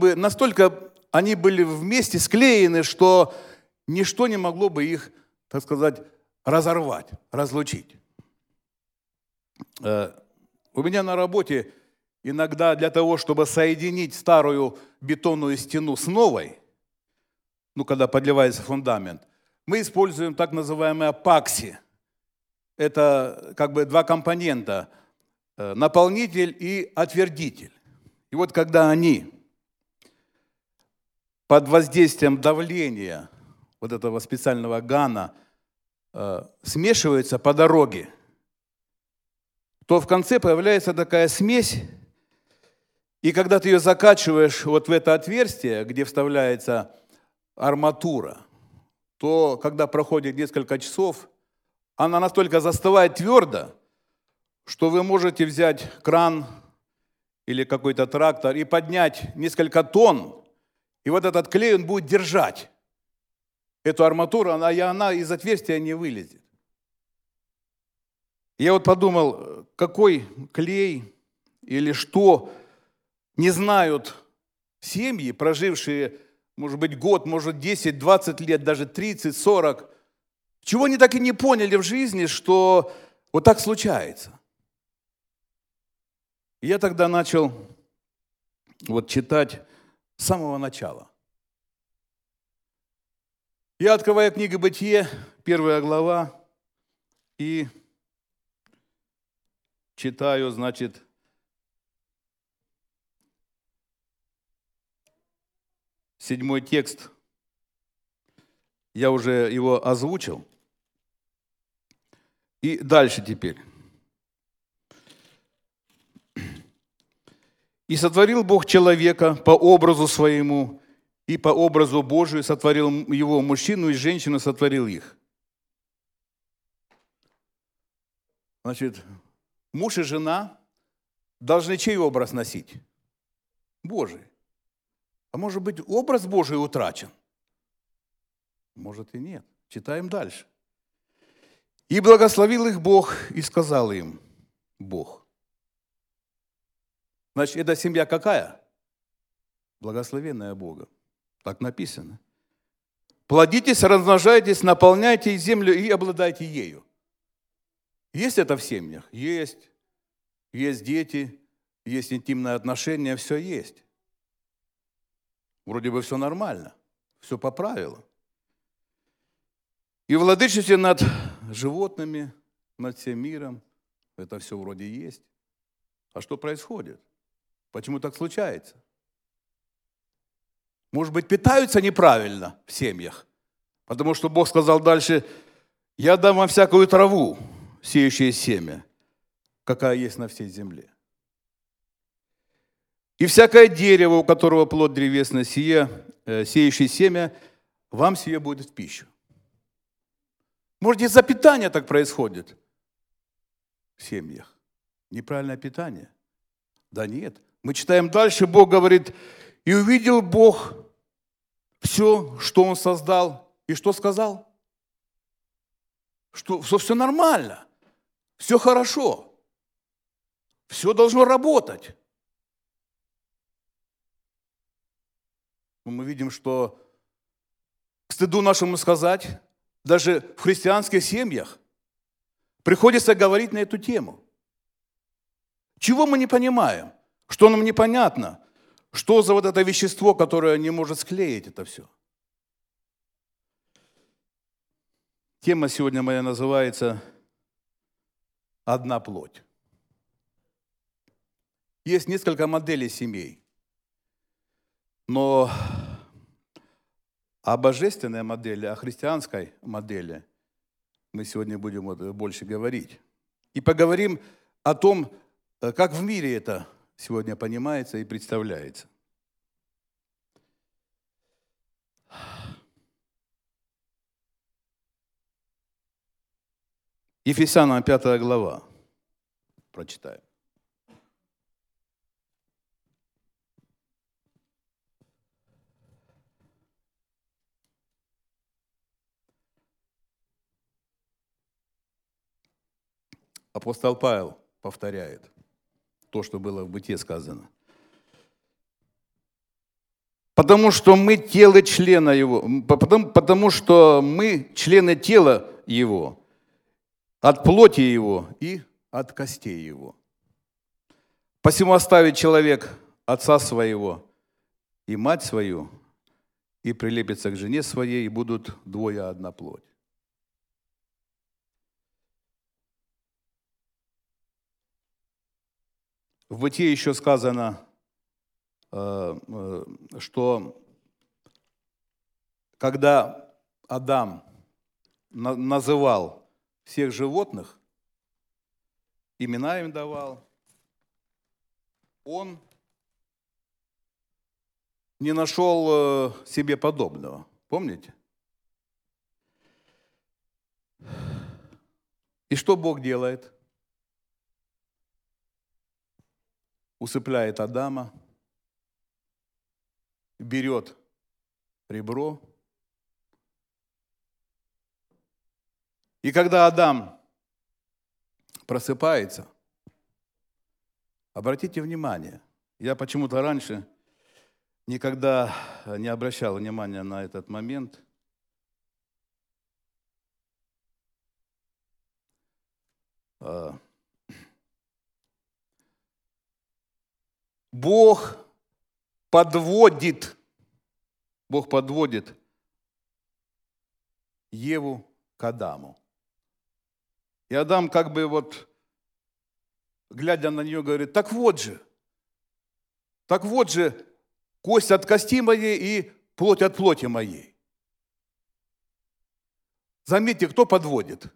бы настолько они были вместе склеены, что ничто не могло бы их, так сказать, разорвать, разлучить. У меня на работе иногда для того, чтобы соединить старую бетонную стену с новой, когда подливается фундамент, мы используем так называемые апакси. Это как бы два компонента – наполнитель и отвердитель. И вот когда они под воздействием давления вот этого специального гана смешиваются по дороге, то в конце появляется такая смесь, и когда ты ее закачиваешь вот в это отверстие, где вставляется арматура, то когда проходит несколько часов, она настолько застывает твердо, что вы можете взять кран или какой-то трактор и поднять несколько тонн, и вот этот клей, он будет держать эту арматуру, и она из отверстия не вылезет. Я вот подумал, какой клей или что не знают семьи, прожившие, может быть, год, может, 10, 20 лет, даже 30, 40, чего они так и не поняли в жизни, что вот так случается. И я тогда начал читать с самого начала. Я открываю книгу «Бытие», 1 глава, и читаю, 7 текст. Я уже его озвучил. И дальше теперь. «И сотворил Бог человека по образу своему, и по образу Божию сотворил его, мужчину и женщину сотворил их». Муж и жена должны чей образ носить? Божий. А может быть, образ Божий утрачен? Может и нет. Читаем дальше. «И благословил их Бог, и сказал им Бог». Эта семья какая? Благословенная Богом. Так написано. «Плодитесь, размножайтесь, наполняйте землю и обладайте ею». Есть это в семьях? Есть. Есть дети, есть интимные отношения, все есть. Вроде бы все нормально, все по правилам. «И владычествуйте над животными, над всем миром». Это все вроде есть. А что происходит? Почему так случается? Может быть, питаются неправильно в семьях? Потому что Бог сказал дальше: «Я дам вам всякую траву, сеющее семя, какая есть на всей земле. И всякое дерево, у которого плод древесный, сеющий семя, вам сие будет в пищу». Может, из-за питания так происходит в семьях? Неправильное питание? Да нет. Мы читаем дальше, Бог говорит: «И увидел Бог все, что Он создал». И что сказал? Что все нормально, все хорошо, все должно работать. Мы видим, что, к стыду нашему сказать, даже в христианских семьях приходится говорить на эту тему. Чего мы не понимаем? Что нам непонятно? Что за это вещество, которое не может склеить это все? Тема сегодня моя называется «Одна плоть». Есть несколько моделей семей, но о божественной модели, о христианской модели мы сегодня будем больше говорить. И поговорим о том, как в мире это сегодня понимается и представляется. Ефесянам 5 глава. Прочитаем. Апостол Павел повторяет то, что было в Бытие сказано. Потому что мы тело члена Его, потому что мы члены тела Его, от плоти Его и от костей Его. Посему оставит человек отца своего и мать свою, и прилепится к жене своей, и будут двое одна плоть. В Бытие еще сказано, что когда Адам называл всех животных, имена им давал, он не нашел себе подобного. Помните? И что Бог делает? Усыпляет Адама, берет ребро. И когда Адам просыпается, обратите внимание, я почему-то раньше никогда не обращал внимания на этот момент. Бог подводит Еву к Адаму. И Адам как бы вот, глядя на нее, говорит, так вот же, кость от кости моей и плоть от плоти моей. Заметьте, кто подводит?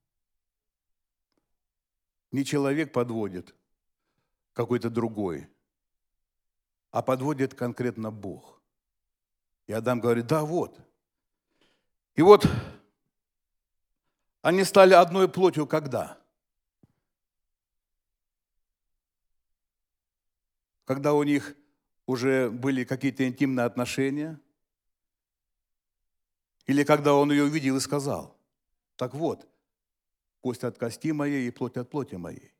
Не человек подводит, какой-то другой, а подводит конкретно Бог. И Адам говорит, да вот. И вот они стали одной плотью когда? Когда у них уже были какие-то интимные отношения? Или когда он ее увидел и сказал, так вот, кость от кости моей и плоть от плоти моей.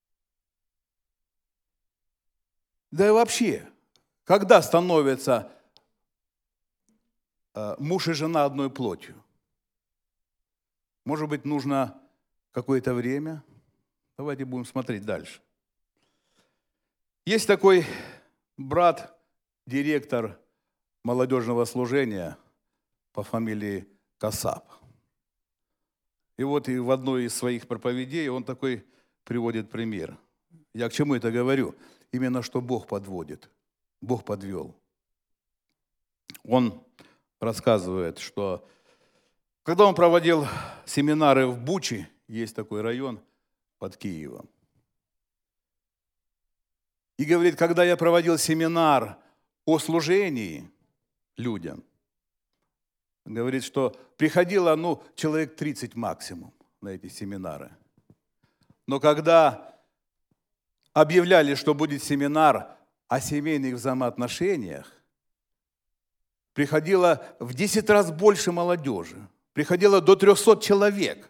Да и вообще, когда становятся муж и жена одной плотью? Может быть, нужно какое-то время? Давайте будем смотреть дальше. Есть такой брат, директор молодежного служения по фамилии Касап. И вот и в одной из своих проповедей он такой приводит пример. Я к чему это говорю? Именно что Бог подводит. Бог подвел. Он рассказывает, что когда он проводил семинары в Бучи, есть такой район под Киевом, и говорит, когда я проводил семинар о служении людям, говорит, что приходило, человек 30 максимум на эти семинары. Но когда объявляли, что будет семинар о семейных взаимоотношениях, приходило в 10 раз больше молодежи. Приходило до 300 человек.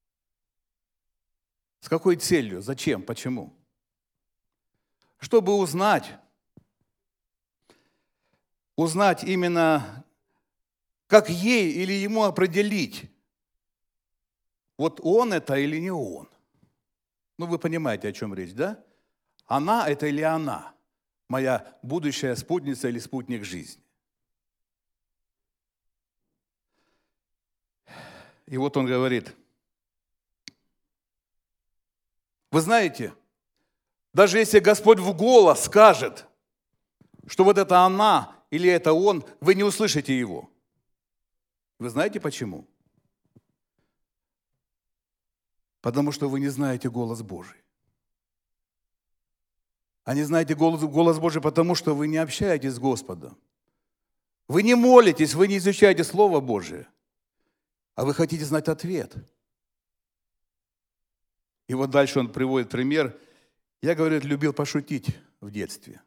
С какой целью? Зачем? Почему? Чтобы узнать именно, как ей или ему определить, вот он это или не он. Вы понимаете, о чем речь, да? Она это или она? Моя будущая спутница или спутник жизни. И вот он говорит, вы знаете, даже если Господь в голос скажет, что вот это она или это он, вы не услышите его. Вы знаете почему? Потому что вы не знаете голос Божий. А не знаете голос Божий, потому что вы не общаетесь с Господом. Вы не молитесь, вы не изучаете Слово Божие, а вы хотите знать ответ. И вот дальше он приводит пример. Я, говорит, любил пошутить в детстве.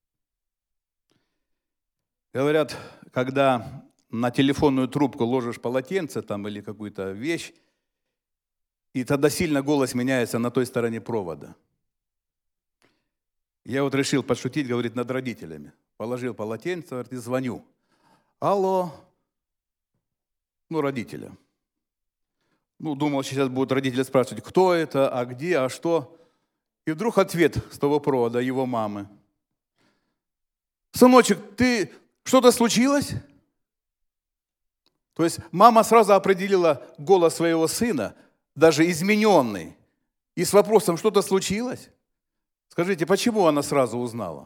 Говорят, когда на телефонную трубку ложишь полотенце там или какую-то вещь, и тогда сильно голос меняется на той стороне провода. Я вот решил пошутить, говорит, над родителями. Положил полотенце, говорит, и звоню. Алло. Родителя. Думал, сейчас будут родители спрашивать, кто это, а где, а что. И вдруг ответ с того провода его мамы. Сыночек, что-то случилось? То есть мама сразу определила голос своего сына, даже измененный, и с вопросом, что-то случилось? Скажите, почему она сразу узнала?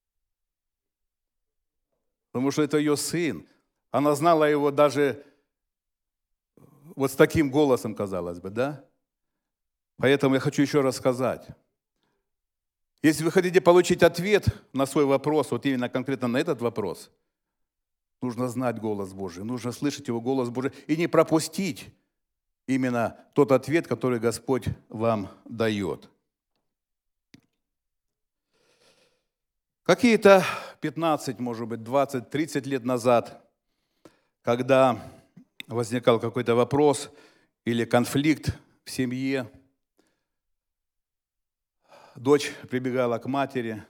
Потому что это ее сын. Она знала его даже вот с таким голосом, казалось бы, да? Поэтому я хочу еще раз сказать. Если вы хотите получить ответ на свой вопрос, вот именно конкретно на этот вопрос, нужно знать голос Божий, нужно слышать его голос Божий и не пропустить именно тот ответ, который Господь вам дает. Какие-то 15, может быть, 20, 30 лет назад, когда возникал какой-то вопрос или конфликт в семье, дочь прибегала к матери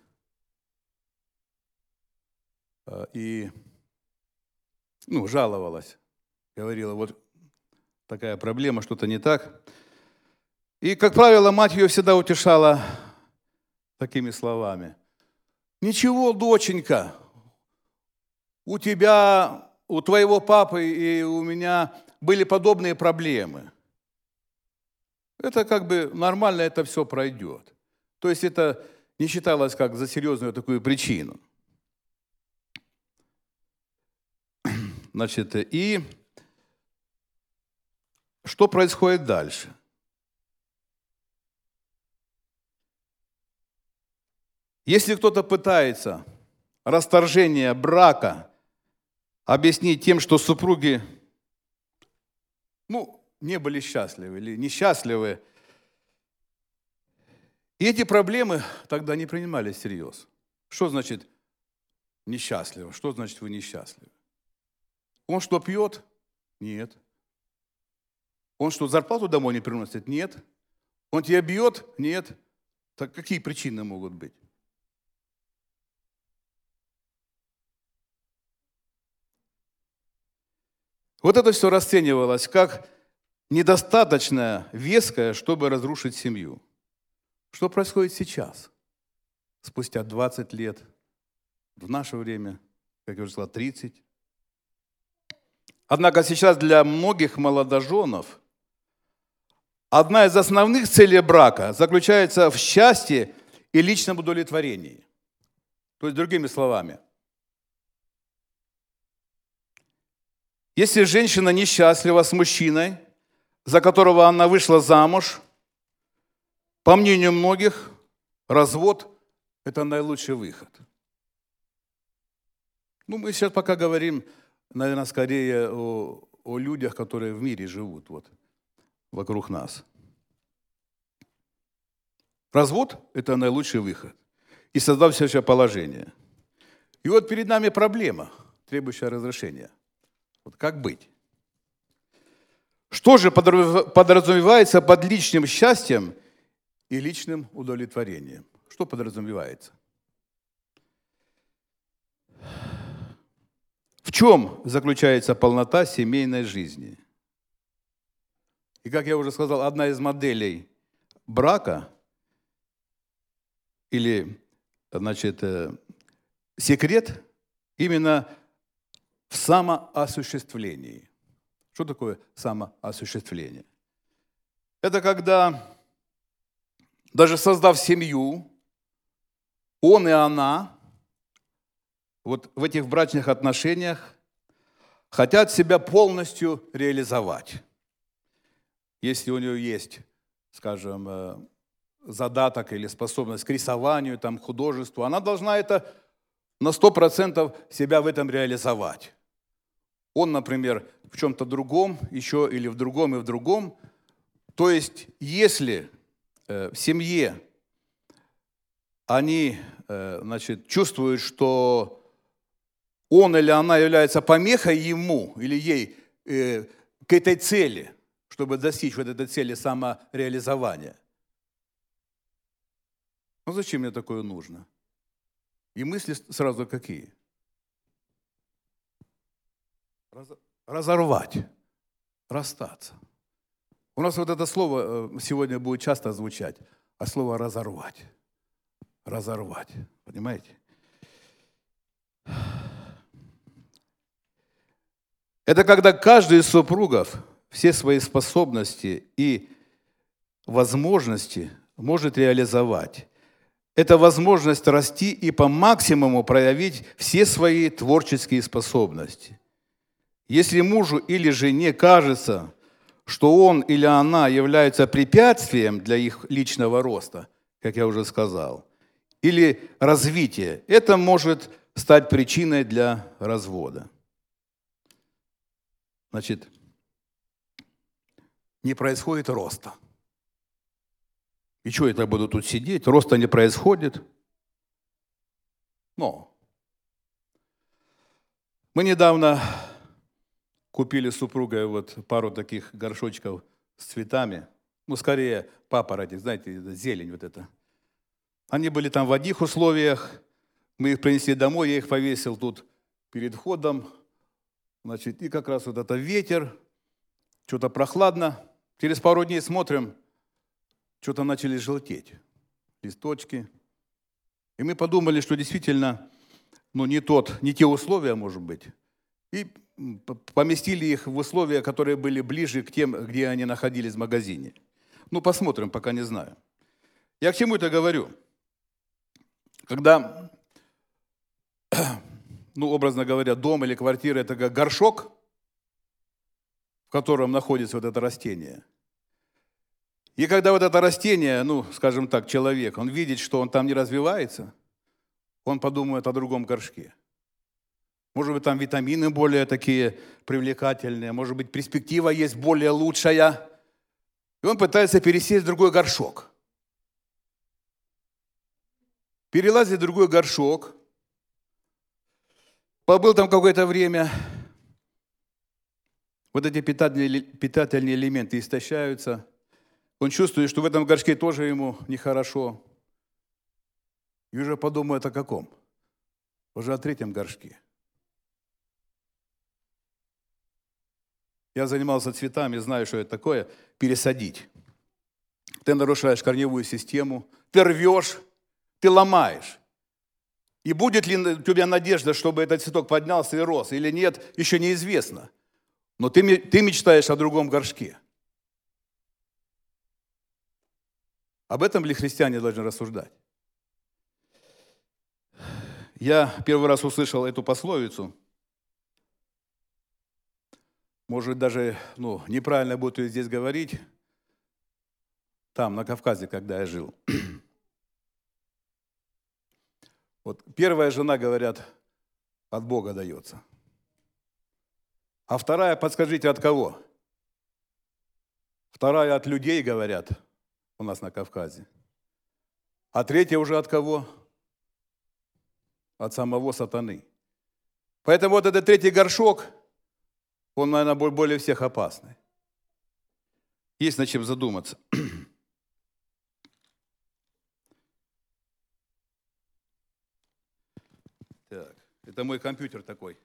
и жаловалась, говорила, вот такая проблема, что-то не так. И, как правило, мать ее всегда утешала такими словами. Ничего, доченька, у тебя, у твоего папы и у меня были подобные проблемы. Это как бы нормально, это все пройдет. То есть это не считалось как за серьезную такую причину. Значит, и что происходит дальше? Если кто-то пытается расторжение брака объяснить тем, что супруги, не были счастливы или несчастливы, и эти проблемы тогда не принимались всерьез. Что значит несчастливы? Что значит вы несчастливы? Он что, пьет? Нет. Он что, зарплату домой не приносит? Нет. Он тебя бьет? Нет. Так какие причины могут быть? Вот это все расценивалось как недостаточно веское, чтобы разрушить семью. Что происходит сейчас? Спустя 20 лет, в наше время, как я уже сказал, 30. Однако сейчас для многих молодоженов одна из основных целей брака заключается в счастье и личном удовлетворении. То есть, другими словами, если женщина несчастлива с мужчиной, за которого она вышла замуж, по мнению многих, развод – это наилучший выход. Мы сейчас пока говорим, наверное, скорее о людях, которые в мире живут, вокруг нас. Развод – это наилучший выход. И создавшееся положение. И вот перед нами проблема, требующая разрешения. Как быть? Что же подразумевается под личным счастьем и личным удовлетворением? Что подразумевается? В чем заключается полнота семейной жизни? И, как я уже сказал, одна из моделей брака или, секрет именно в самоосуществлении. Что такое самоосуществление? Это когда, даже создав семью, он и она в этих брачных отношениях хотят себя полностью реализовать. Если у нее есть, скажем, задаток или способность к рисованию, художеству, она должна это на 100% себя в этом реализовать. Он, например, в чем-то другом, еще или в другом и в другом. То есть, если в семье они, чувствуют, что он или она является помехой ему или ей к этой цели, чтобы достичь этой цели самореализования. Зачем мне такое нужно? И мысли сразу какие? Разорвать, расстаться. У нас вот это слово сегодня будет часто звучать, а слово разорвать. Разорвать. Понимаете? Это когда каждый из супругов все свои способности и возможности может реализовать. Это возможность расти и по максимуму проявить все свои творческие способности. Если мужу или жене кажется, что он или она является препятствием для их личного роста, как я уже сказал, или развития, это может стать причиной для развода. Значит, не происходит роста. И что это буду тут сидеть? Роста не происходит. Но мы недавно купили с супругой вот пару таких горшочков с цветами. Ну, скорее, папоротник, знаете, зелень вот эта. Они были там в одних условиях. Мы их принесли домой, я их повесил тут перед входом. Значит, и как раз вот это ветер, что-то прохладно. Через пару дней смотрим, что-то начали желтеть, листочки. И мы подумали, что действительно, не те условия, может быть. И поместили их в условия, которые были ближе к тем, где они находились в магазине. Посмотрим, пока не знаю. Я к чему это говорю? Когда, образно говоря, дом или квартира – это как горшок, в котором находится вот это растение. И когда вот это растение, скажем так, человек, он видит, что он там не развивается, он подумает о другом горшке. Может быть, там витамины более такие привлекательные, может быть, перспектива есть более лучшая. И он пытается пересесть в другой горшок. Перелазит в другой горшок, побыл там какое-то время, вот эти питательные элементы истощаются, он чувствует, что в этом горшке тоже ему нехорошо. И уже подумает о каком? Уже о третьем горшке. Я занимался цветами, знаю, что это такое, пересадить. Ты нарушаешь корневую систему, ты рвешь, ты ломаешь. И будет ли у тебя надежда, чтобы этот цветок поднялся и рос, или нет, еще неизвестно. Но ты мечтаешь о другом горшке. Об этом ли христиане должны рассуждать? Я первый раз услышал эту пословицу. Может, даже неправильно будет ее здесь говорить. Там, на Кавказе, когда я жил. Вот первая жена, говорят, от Бога дается. А вторая, подскажите, от кого? Вторая от людей, говорят, у нас на Кавказе. А третья уже от кого? От самого сатаны. Поэтому вот этот третий горшок, он, наверное, более всех опасный. Есть над чем задуматься. Так, это мой компьютер такой.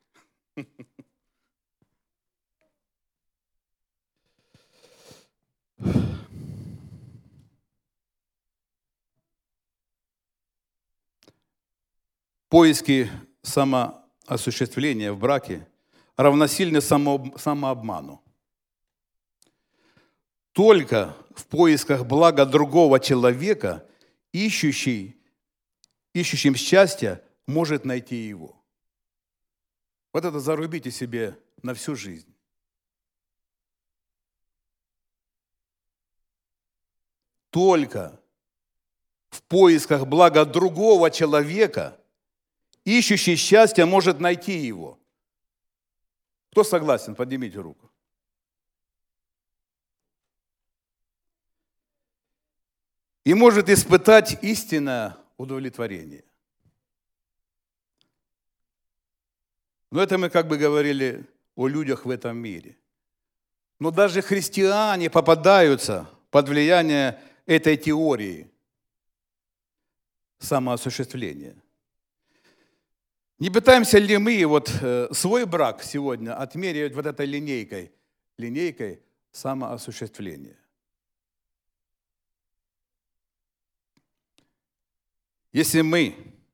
Поиски самоосуществления в браке равносильны самообману. Только в поисках блага другого человека, ищущим счастья, может найти его. Вот это зарубите себе на всю жизнь. Только в поисках блага другого человека, ищущий счастья, может найти его. Кто согласен? Поднимите руку. И может испытать истинное удовлетворение. Но это мы как бы говорили о людях в этом мире. Но даже христиане попадаются под влияние этой теории самоосуществления. Не пытаемся ли мы свой брак сегодня отмеривать вот этой линейкой самоосуществления? Если мы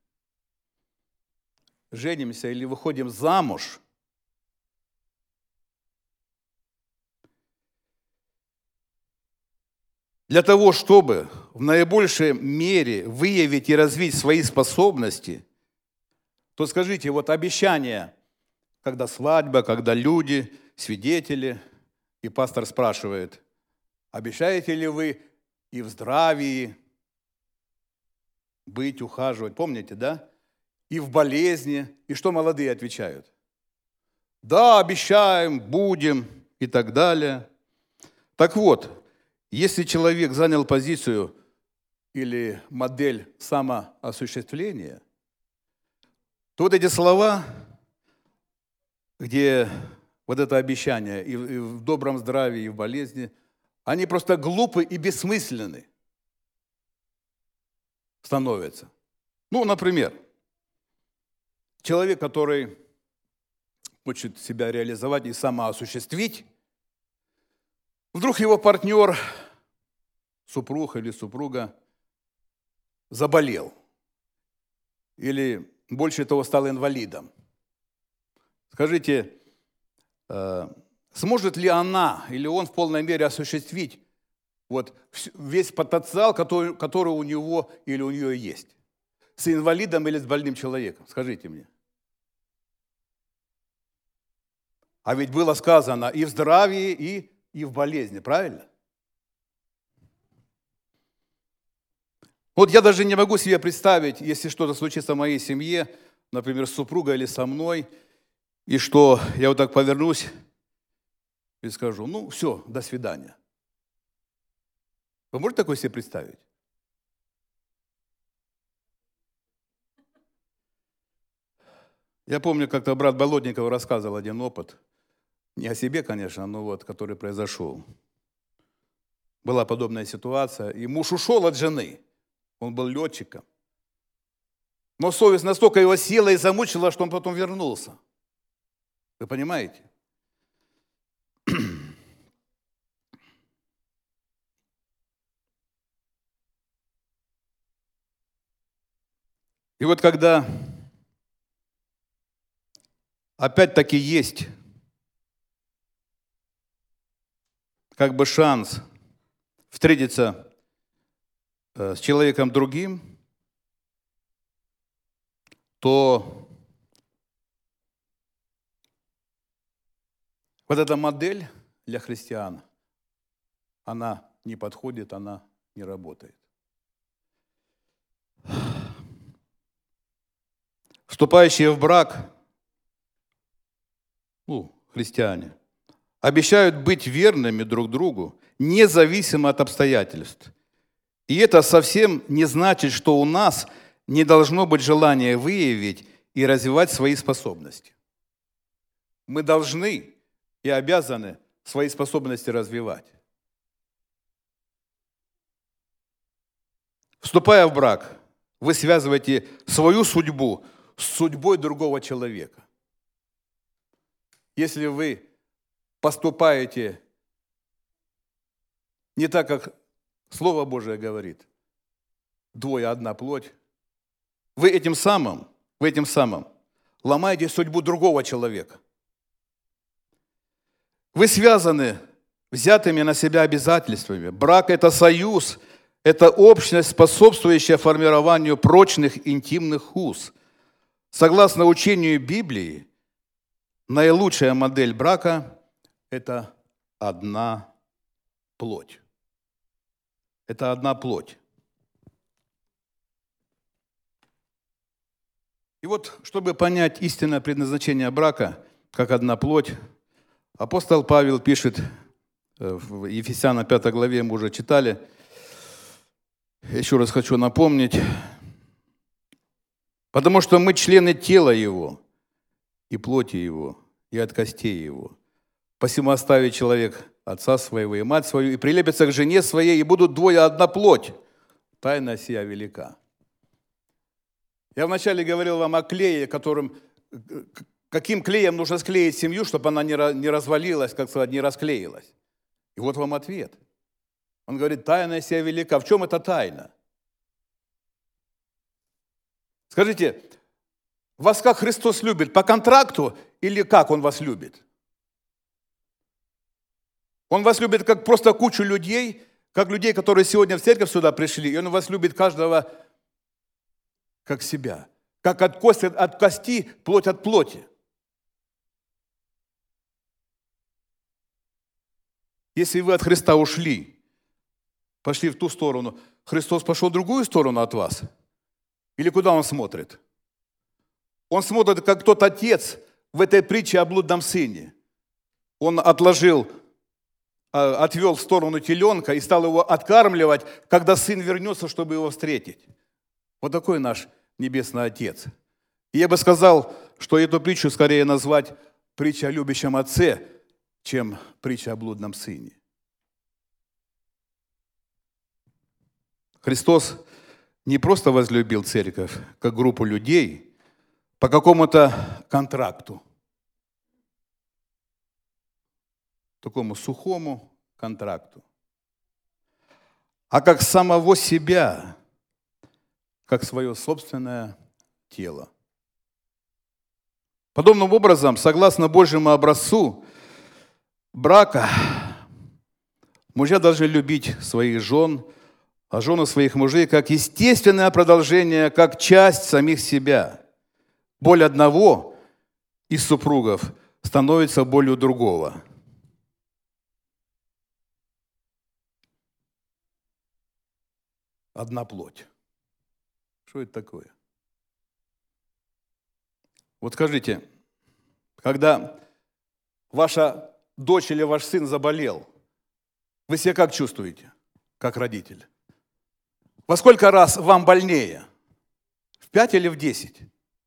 женимся или выходим замуж, для того, чтобы в наибольшей мере выявить и развить свои способности, то скажите, обещание, когда свадьба, когда люди, свидетели, и пастор спрашивает, обещаете ли вы и в здравии быть, ухаживать, помните, да? И в болезни. И что молодые отвечают? Да, обещаем, будем и так далее. Так вот, если человек занял позицию или модель самоосуществления, то вот эти слова, где вот это обещание и в добром здравии, и в болезни, они просто глупы и бессмысленны становятся. Например, человек, который хочет себя реализовать и самоосуществить, вдруг его партнер, супруг или супруга, заболел. Или, больше того, стал инвалидом. Скажите, сможет ли она или он в полной мере осуществить весь потенциал, который у него или у нее есть? С инвалидом или с больным человеком? Скажите мне. А ведь было сказано и в здравии, и в болезни, правильно? Я даже не могу себе представить, если что-то случится в моей семье, например, с супругой или со мной, и что я так повернусь и скажу, все, до свидания. Вы можете такое себе представить? Я помню, как-то брат Болотников рассказывал один опыт, не о себе, конечно, но который произошел. Была подобная ситуация, и муж ушел от жены, он был летчиком. Но совесть настолько его села и замучила, что он потом вернулся. Вы понимаете? И когда опять-таки есть шанс встретиться с человеком другим, то эта модель для христиан, она не подходит, она не работает. Вступающие в брак, христиане, обещают быть верными друг другу, независимо от обстоятельств. И это совсем не значит, что у нас не должно быть желания выявить и развивать свои способности. Мы должны и обязаны свои способности развивать. Вступая в брак, вы связываете свою судьбу с судьбой другого человека. Если вы поступаете не так, как Слово Божие говорит, двое, одна плоть, вы этим самым ломаете судьбу другого человека. Вы связаны взятыми на себя обязательствами. Брак – это союз, это общность, способствующая формированию прочных интимных уз. Согласно учению Библии, наилучшая модель брака – это одна плоть. Это одна плоть. И чтобы понять истинное предназначение брака, как одна плоть, апостол Павел пишет в Ефесянам 5 главе, мы уже читали, еще раз хочу напомнить, потому что мы члены тела Его и плоти Его, и от костей Его. Посему оставит человек отца своего и мать свою, и прилепится к жене своей, и будут двое одна плоть. Тайна сия велика. Я вначале говорил вам о клее, каким клеем нужно склеить семью, чтобы она не развалилась, как сказать, не расклеилась. И вот вам ответ. Он говорит, тайна сия велика. В чем эта тайна? Скажите, вас как Христос любит? По контракту или как Он вас любит? Он вас любит как просто кучу людей, как людей, которые сегодня в церковь сюда пришли, и Он вас любит каждого как себя, как от кости, плоть от плоти. Если вы от Христа ушли, пошли в ту сторону, Христос пошел в другую сторону от вас? Или куда Он смотрит? Он смотрит, как тот отец в этой притче о блудном сыне. Он отвел в сторону теленка и стал его откармливать, когда сын вернется, чтобы его встретить. Вот такой наш Небесный Отец. И я бы сказал, что эту притчу скорее назвать притча о любящем отце, чем притча о блудном сыне. Христос не просто возлюбил церковь, как группу людей, по какому-то контракту, такому сухому контракту, а как самого себя, как свое собственное тело. Подобным образом, согласно Божьему образцу брака, мужья должны любить своих жен, а жены своих мужей как естественное продолжение, как часть самих себя. Боль одного из супругов становится болью другого. Одна плоть. Что это такое? Вот скажите, когда ваша дочь или ваш сын заболел, вы себя как чувствуете, как родитель? Во сколько раз вам больнее? В 5 или в 10?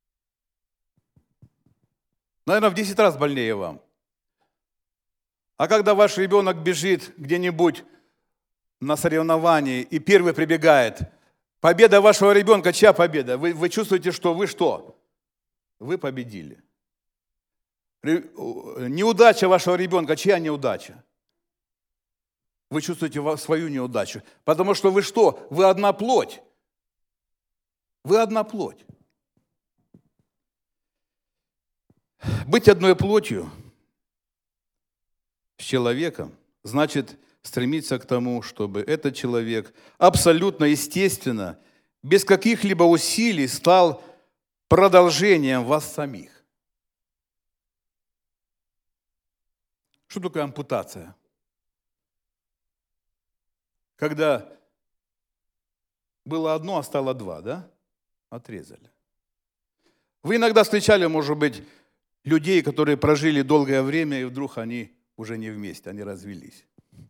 Наверное, в 10 раз больнее вам. А когда ваш ребенок бежит где-нибудь на соревновании и первый прибегает, победа вашего ребенка, чья победа? Вы чувствуете, что вы что? Вы победили. Неудача вашего ребенка, чья неудача? Вы чувствуете свою неудачу. Потому что вы что? Вы одна плоть. Вы одна плоть. Быть одной плотью с человеком значит стремиться к тому, чтобы этот человек абсолютно естественно, без каких-либо усилий стал продолжением вас самих. Что такое ампутация? Когда было одно, а стало два, да? Отрезали. Вы иногда встречали, может быть, людей, которые прожили долгое время, и вдруг они уже не вместе, они развелись.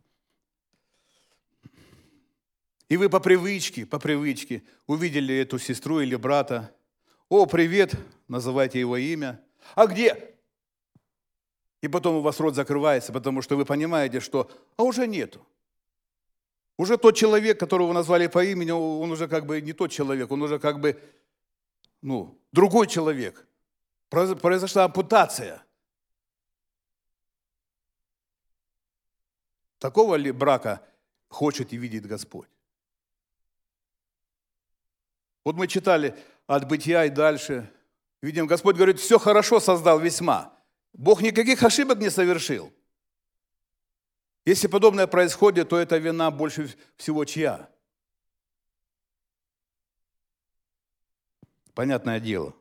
И вы по привычке увидели эту сестру или брата. О, привет, называйте его имя. А где? И потом у вас рот закрывается, потому что вы понимаете, что уже нету. Уже тот человек, которого вы назвали по имени, он уже как бы не тот человек, он уже как бы, другой человек. Произошла ампутация. Такого ли брака хочет и видит Господь? Вот мы читали от Бытия и дальше. Видим, Господь говорит, все хорошо создал весьма. Бог никаких ошибок не совершил. Если подобное происходит, то эта вина больше всего чья? Понятное дело.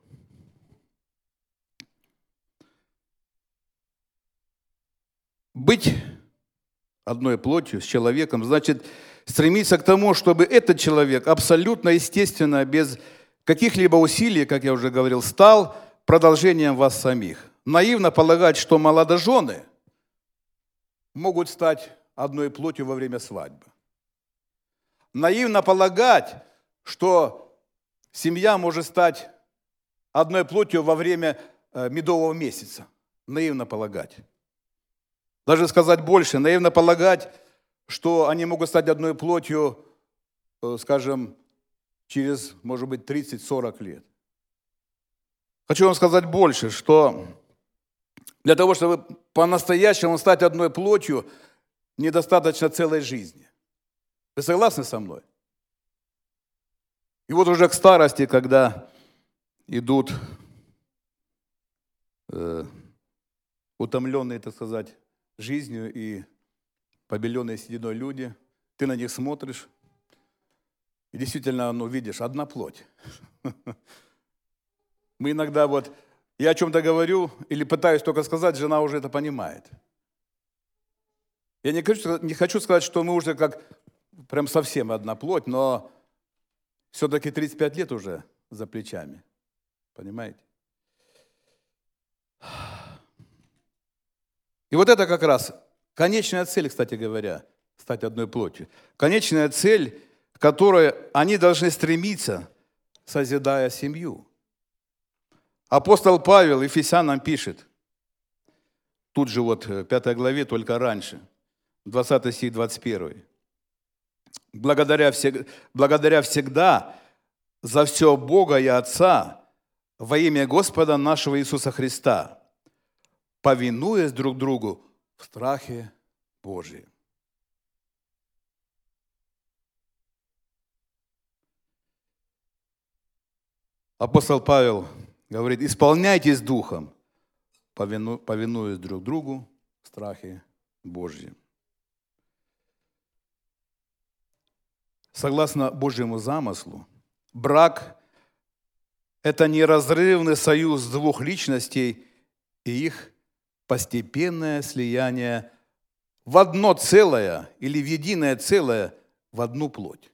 Быть одной плотью с человеком значит стремиться к тому, чтобы этот человек абсолютно естественно, без каких-либо усилий, как я уже говорил, стал продолжением вас самих. Наивно полагать, что молодожены могут стать одной плотью во время свадьбы. Наивно полагать, что семья может стать одной плотью во время медового месяца. Наивно полагать. Даже сказать больше, наивно полагать, что они могут стать одной плотью, скажем, через, может быть, 30-40 лет. Хочу вам сказать больше, что для того, чтобы по-настоящему стать одной плотью, недостаточно целой жизни. Вы согласны со мной? И вот уже к старости, когда идут утомленные, так сказать, жизнью и побеленные сединой люди, ты на них смотришь, и действительно, видишь, одна плоть. Мы иногда я о чем-то говорю или пытаюсь только сказать, жена уже это понимает. Я не хочу сказать, что мы уже как прям совсем одна плоть, но все-таки 35 лет уже за плечами. Понимаете? И вот это как раз конечная цель, кстати говоря, стать одной плотью. Конечная цель, к которой они должны стремиться, созидая семью. Апостол Павел Ефесянам пишет, тут же 5 главе, только раньше, 20 стих, 21. Благодаря всегда за все Бога и Отца во имя Господа нашего Иисуса Христа, повинуясь друг другу в страхе Божьем. Апостол Павел говорит, исполняйтесь Духом, повинуясь друг другу в страхе Божьем. Согласно Божьему замыслу, брак – это неразрывный союз двух личностей и их постепенное слияние в одно целое или в единое целое, в одну плоть.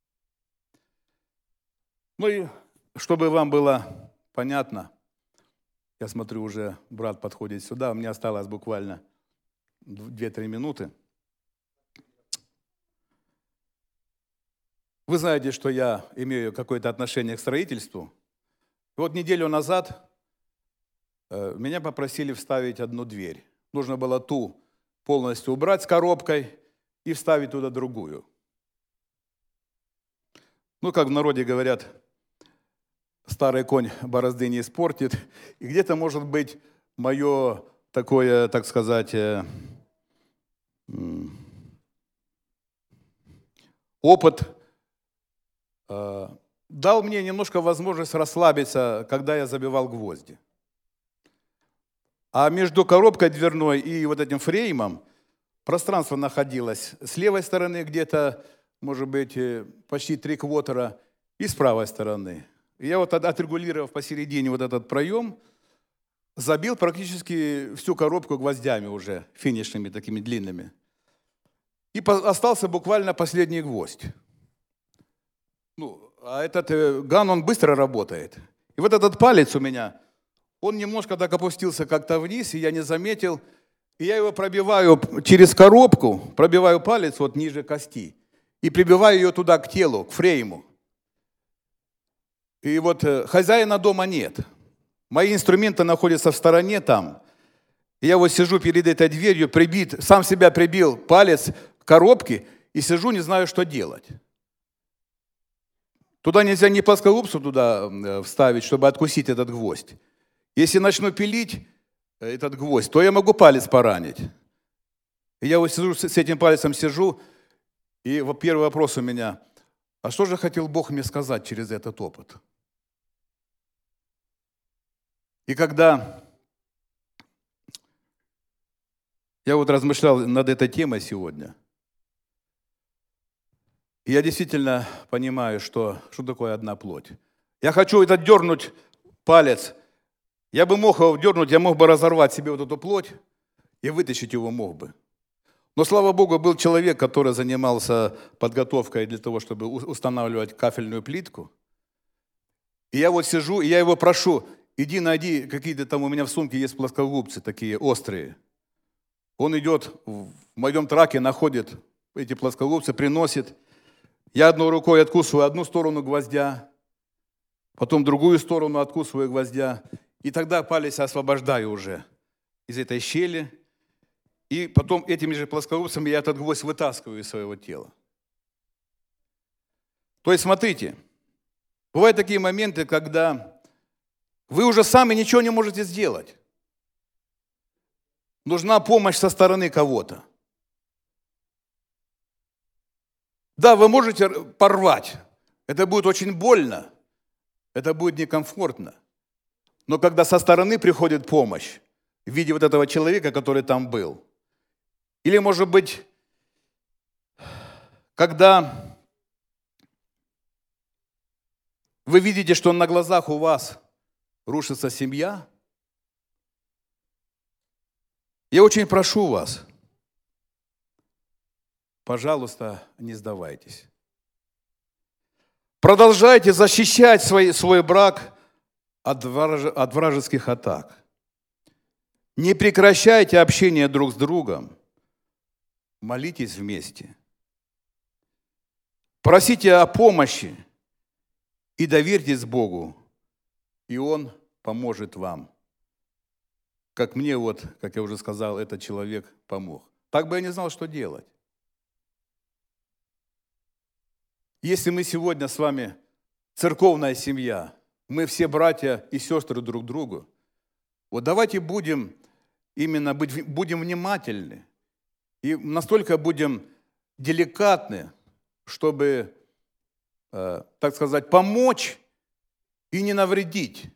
Ну и чтобы вам было понятно, я смотрю, уже брат подходит сюда, у меня осталось буквально 2-3 минуты. Вы знаете, что я имею какое-то отношение к строительству. И неделю назад меня попросили вставить одну дверь. Нужно было ту полностью убрать с коробкой и вставить туда другую. Как в народе говорят, старый конь борозды не испортит. И где-то, может быть, мое такое, так сказать, опыт дал мне немножко возможность расслабиться, когда я забивал гвозди. А между коробкой дверной и этим фреймом пространство находилось с левой стороны где-то, может быть, почти 3 квартера, и с правой стороны. И я отрегулировав посередине этот проем, забил практически всю коробку гвоздями уже, финишными такими длинными. И остался буквально последний гвоздь. А этот ган, он быстро работает. И этот палец у меня, он немножко так опустился как-то вниз, и я не заметил. И я его пробиваю через коробку, пробиваю палец ниже кости, и прибиваю ее туда к телу, к фрейму. И хозяина дома нет. Мои инструменты находятся в стороне там. И я сижу перед этой дверью, сам себя прибил палец к коробке, и сижу, не знаю, что делать. Туда нельзя ни плоскогубцу туда вставить, чтобы откусить этот гвоздь. Если начну пилить этот гвоздь, то я могу палец поранить. И я сижу, с этим пальцем сижу, и первый вопрос у меня, а что же хотел Бог мне сказать через этот опыт? И когда я размышлял над этой темой сегодня, я действительно понимаю, что такое одна плоть. Я хочу дернуть палец. Я бы мог его дернуть, я мог бы разорвать себе эту плоть и вытащить его мог бы. Но, слава Богу, был человек, который занимался подготовкой для того, чтобы устанавливать кафельную плитку. И я сижу, и я его прошу, иди найди, какие-то там у меня в сумке есть плоскогубцы такие острые. Он идет в моем траке, находит эти плоскогубцы, приносит. Я одной рукой откусываю одну сторону гвоздя, потом другую сторону откусываю гвоздя, и тогда палец освобождаю уже из этой щели, и потом этими же плоскогубцами я этот гвоздь вытаскиваю из своего тела. То есть, смотрите, бывают такие моменты, когда Вы уже сами ничего не можете сделать. Нужна помощь со стороны кого-то. Да, вы можете порвать. Это будет очень больно. Это будет некомфортно. Но когда со стороны приходит помощь в виде вот этого человека, который там был, или, может быть, когда вы видите, что на глазах у вас рушится семья, я очень прошу вас, пожалуйста, не сдавайтесь. Продолжайте защищать свой брак от вражеских атак. Не прекращайте общение друг с другом. Молитесь вместе. Просите о помощи и доверьтесь Богу, и Он поможет вам. Как мне, как я уже сказал, этот человек помог. Так бы я не знал, что делать. Если мы сегодня с вами церковная семья, мы все братья и сестры друг другу, давайте будем внимательны и настолько будем деликатны, чтобы, так сказать, помочь и не навредить.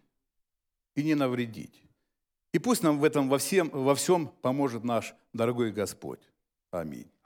И пусть нам в этом во всем поможет наш дорогой Господь. Аминь.